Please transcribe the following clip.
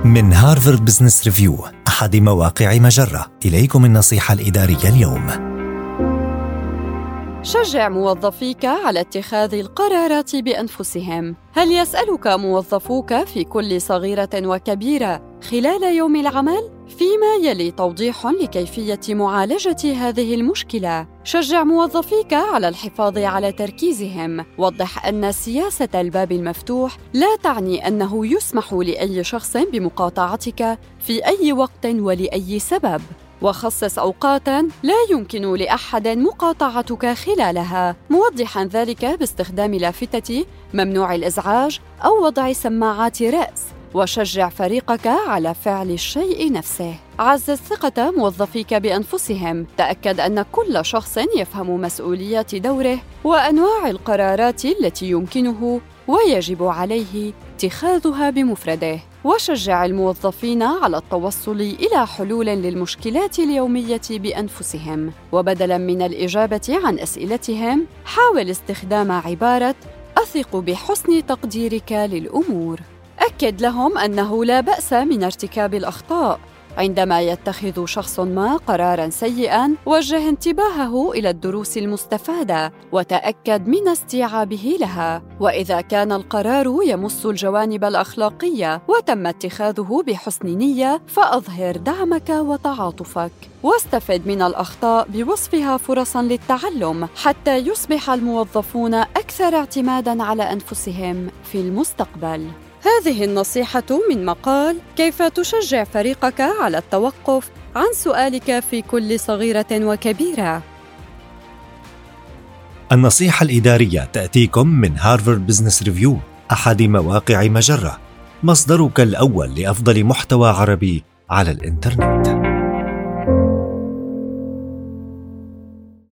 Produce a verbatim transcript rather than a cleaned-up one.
من هارفارد بزنس ريفيو أحد مواقع مجرة، إليكم النصيحة الإدارية اليوم. شجع موظفيك على اتخاذ القرارات بأنفسهم. هل يسألك موظفوك في كل صغيرة وكبيرة خلال يوم العمل؟ فيما يلي توضيح لكيفية معالجة هذه المشكلة. شجع موظفيك على الحفاظ على تركيزهم. وضح أن سياسة الباب المفتوح لا تعني أنه يسمح لأي شخص بمقاطعتك في أي وقت ولأي سبب. وخصص أوقاتاً لا يمكن لأحد مقاطعتك خلالها، موضحاً ذلك باستخدام لافتة ممنوع الإزعاج أو وضع سماعات رأس. وشجع فريقك على فعل الشيء نفسه. عزز ثقة موظفيك بأنفسهم. تأكد أن كل شخص يفهم مسؤوليات دوره وأنواع القرارات التي يمكنه ويجب عليه اتخاذها بمفرده. وشجع الموظفين على التوصل إلى حلول للمشكلات اليومية بأنفسهم. وبدلاً من الإجابة عن أسئلتهم، حاول استخدام عبارة أثق بحسن تقديرك للأمور. أكد لهم أنه لا بأس من ارتكاب الأخطاء. عندما يتخذ شخص ما قراراً سيئاً، وجه انتباهه إلى الدروس المستفادة وتأكد من استيعابه لها. وإذا كان القرار يمس الجوانب الأخلاقية وتم اتخاذه بحسن نية، فأظهر دعمك وتعاطفك. واستفد من الأخطاء بوصفها فرصاً للتعلم حتى يصبح الموظفون أكثر اعتماداً على أنفسهم في المستقبل. هذه النصيحة من مقال كيف تشجع فريقك على التوقف عن سؤالك في كل صغيرة وكبيرة. النصيحة الإدارية تأتيكم من هارفارد بزنس ريفيو أحد مواقع مجرة، مصدرك الأول لأفضل محتوى عربي على الإنترنت.